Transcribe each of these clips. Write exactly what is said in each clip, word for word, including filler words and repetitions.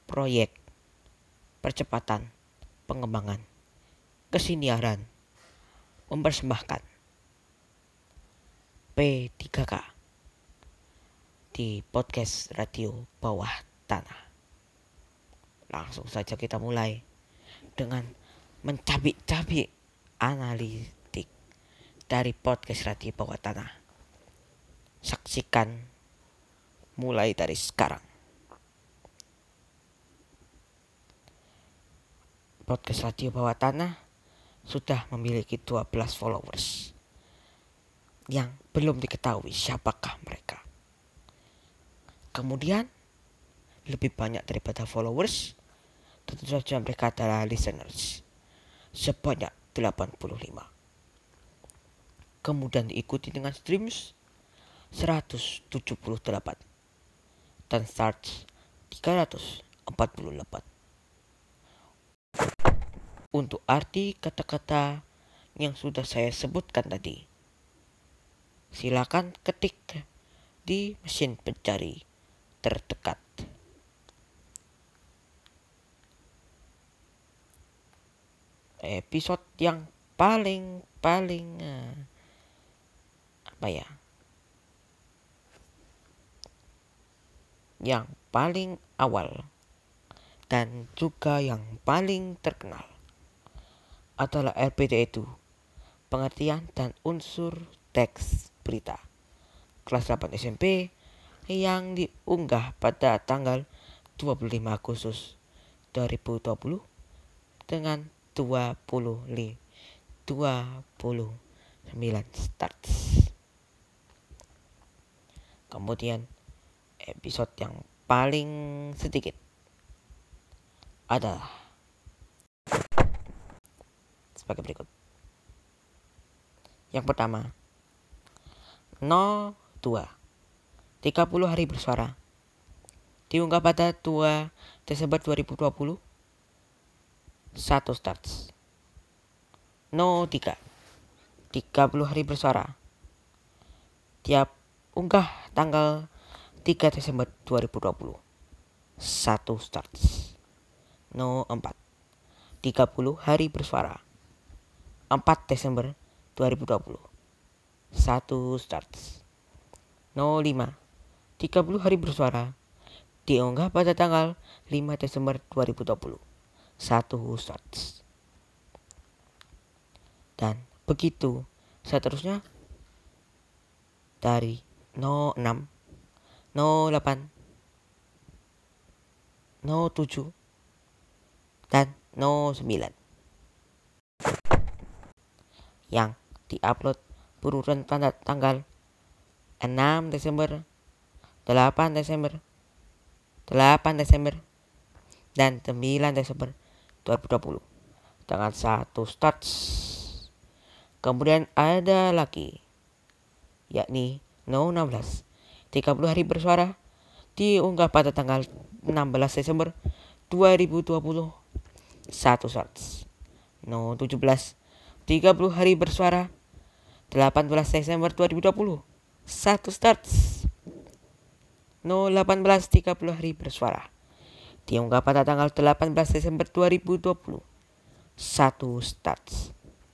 proyek percepatan pengembangan kesiniaran mempersembahkan P tiga K di podcast radio bawah tanah. Langsung saja kita mulai dengan mencabik-cabik analitik dari podcast radio bawah tanah. Saksikan mulai dari sekarang. Podcast radio bawah tanah sudah memiliki dua belas followers yang belum diketahui siapakah mereka. Kemudian lebih banyak daripada followers, tentu saja mereka adalah listeners sebanyak delapan puluh lima. Kemudian diikuti dengan streams seratus tujuh puluh delapan dan starts tiga ratus empat puluh delapan. Untuk arti kata-kata yang sudah saya sebutkan tadi, silakan ketik di mesin pencari terdekat. Episode yang paling paling uh, apa ya? Yang paling awal dan juga yang paling terkenal adalah R P T itu, pengertian dan unsur teks berita, kelas delapan S M P, yang diunggah pada tanggal dua puluh lima Agustus dua ribu dua puluh dengan dua puluh sembilan starts. Kemudian episode yang paling sedikit adalah sebagai berikut. Yang pertama, nol dua tiga puluh hari bersuara, diunggah pada dua Desember dua ribu dua puluh, satu starts. nol tiga tiga puluh hari bersuara, tiap unggah tanggal tiga Desember dua ribu dua puluh, satu starts. nol empat tiga puluh hari bersuara, empat Desember dua ribu dua puluh, satu starts. nol lima tiga puluh hari bersuara, diunggah pada tanggal lima Desember dua ribu dua puluh, satu starts. Dan begitu seterusnya dari nol enam, nol delapan, nol tujuh, dan nol sembilan yang diupload berurutan pada tanggal enam Desember, delapan Desember, delapan Desember, dan sembilan Desember dua ribu dua puluh dengan satu starts. Kemudian ada lagi yakni nol enam belas tiga puluh hari bersuara, diunggah pada tanggal enam belas Desember dua ribu dua puluh, satu starts. nol tujuh belas tiga puluh hari bersuara, delapan belas Desember dua ribu dua puluh, satu starts. nol delapan belas tiga puluh hari bersuara, diunggah pada tanggal delapan belas Desember dua ribu dua puluh, satu starts.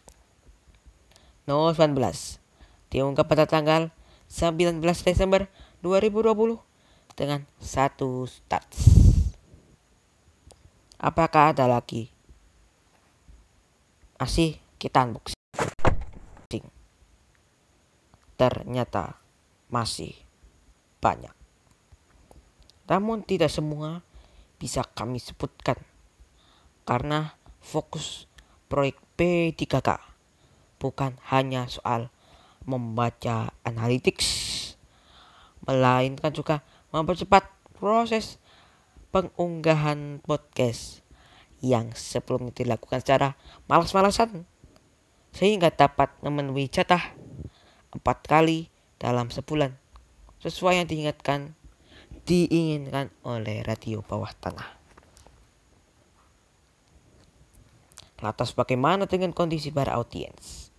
nol sembilan belas diunggah pada tanggal sembilan belas Desember dua ribu dua puluh dengan satu starts. Apakah ada lagi? Masih kita unboxing. Ternyata masih banyak. Namun tidak semua bisa kami sebutkan karena fokus proyek P tiga K bukan hanya soal membaca analytics, melainkan juga mempercepat proses pengunggahan podcast yang sebelumnya dilakukan secara malas-malasan sehingga dapat memenuhi jatah empat kali dalam sebulan sesuai yang diingatkan diinginkan oleh radio bawah tanah. Lantas bagaimana dengan kondisi para audiens?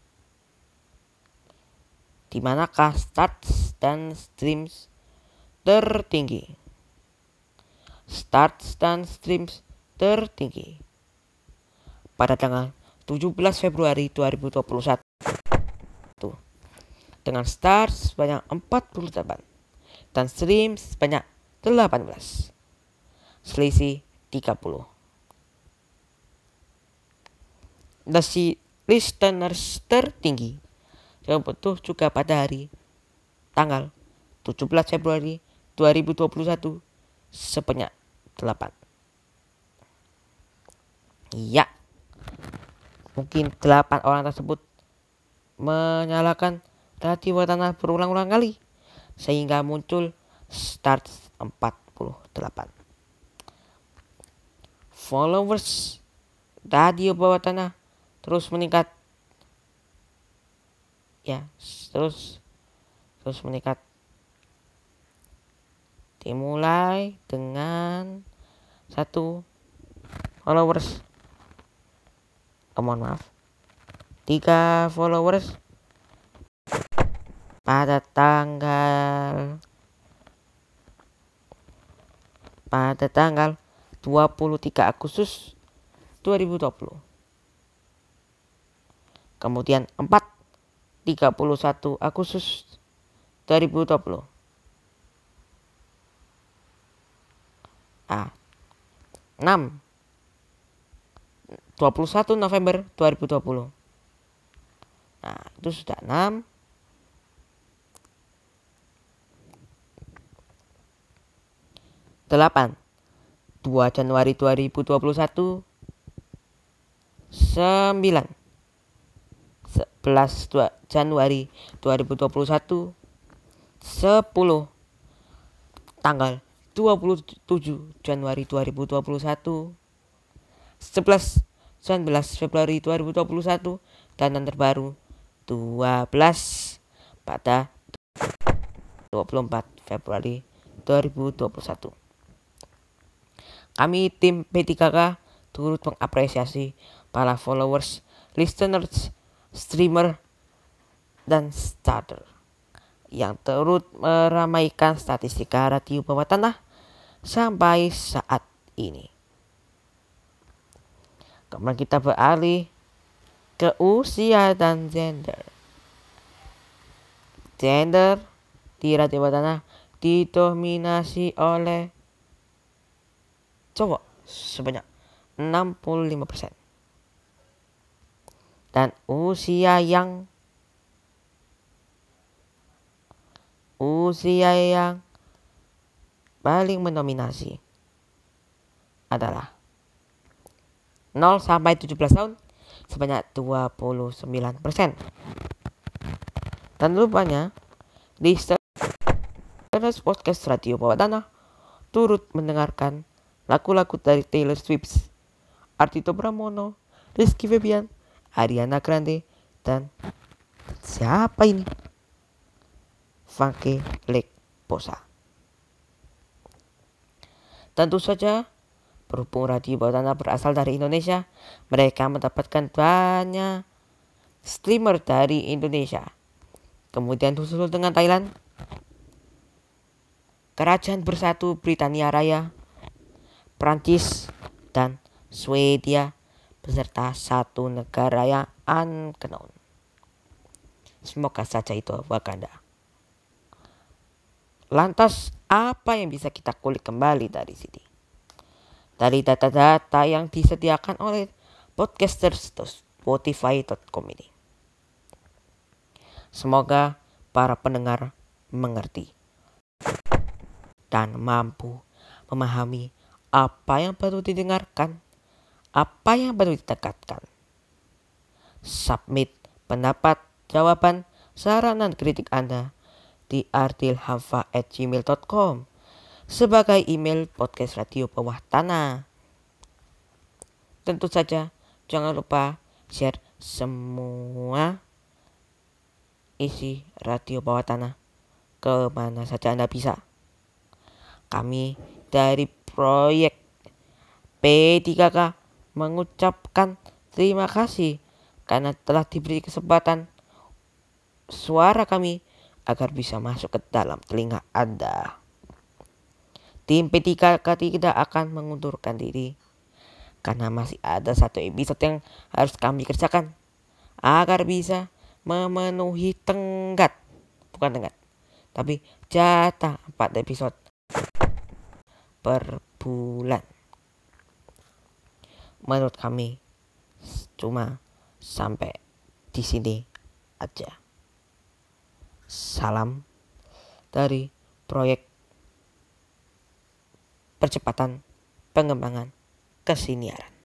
Di manakah starts dan streams tertinggi? starts dan streams tertinggi pada tanggal tujuh belas Februari dua ribu dua puluh satu dengan starts sebanyak empat puluh delapan dan streams sebanyak delapan belas, selisih tiga puluh. Dasi listeners tertinggi jatuh juga pada hari tanggal tujuh belas Februari dua ribu dua puluh satu sebanyak delapan. Ya, mungkin delapan orang tersebut menyalakan radio bawah tanah berulang-ulang kali sehingga muncul start empat puluh delapan. Followers radio bawah tanah terus meningkat, ya terus terus meningkat, dimulai dengan satu followers, oh, mohon maaf, tiga followers pada tanggal pada tanggal dua puluh tiga Agustus dua ribu dua puluh. Kemudian empat tiga puluh satu Agustus dua ribu dua puluh. Ah, enam dua puluh satu November dua ribu dua puluh. Nah, itu sudah enam. delapan dua Januari dua ribu dua puluh satu. sembilan sebelas Januari dua ribu dua puluh satu. sepuluh tanggal dua puluh tujuh Januari dua ribu dua puluh satu. sebelas sembilan belas Februari dua ribu dua puluh satu dan yang terbaru dua belas pada dua puluh empat Februari dua ribu dua puluh satu. Kami tim P tiga K turut mengapresiasi para followers, listeners, streamer, dan starter yang turut meramaikan statistika radio bawah tanah sampai saat ini. Kemudian kita beralih ke usia dan gender. Gender di radio bawah tanah didominasi oleh cowok sebanyak enam puluh lima persen. Dan usia yang usia yang paling mendominasi adalah nol sampai tujuh belas tahun sebanyak dua puluh sembilan persen. Dan rupanya listeners podcast radio bawah tanah turut mendengarkan lagu-lagu dari Taylor Swift, Ardhito Pramono, Rizky Febian, Ariana Grande, dan siapa ini? Funky Lekposa. Tentu saja, berhubung radio bawah tanah berasal dari Indonesia, mereka mendapatkan banyak streamer dari Indonesia. Kemudian disusul dengan Thailand, Kerajaan Bersatu Britania Raya, Prancis, dan Swedia, beserta satu negara yang unknown. Semoga saja itu Wakanda. Lantas, apa yang bisa kita kulik kembali dari sini? Dari data-data yang disediakan oleh podcasters spotify dot com ini. Semoga para pendengar mengerti dan mampu memahami apa yang perlu didengarkan, apa yang perlu ditekatkan. Submit pendapat, jawaban, saran dan kritik Anda di ardilhamfa at gmail dot com sebagai email podcast radio bawah tanah. Tentu saja jangan lupa share semua isi radio bawah tanah ke mana saja Anda bisa. Kami dari proyek P tiga K mengucapkan terima kasih karena telah diberi kesempatan suara kami agar bisa masuk ke dalam telinga Anda. tim P tiga K tidak akan mengundurkan diri karena masih ada satu episode yang harus kami kerjakan agar bisa memenuhi tenggat, bukan tenggat, tapi jatah empat episode per bulan. Menurut kami cuma sampai di sini aja. Salam dari proyek percepatan pengembangan kesiniaran.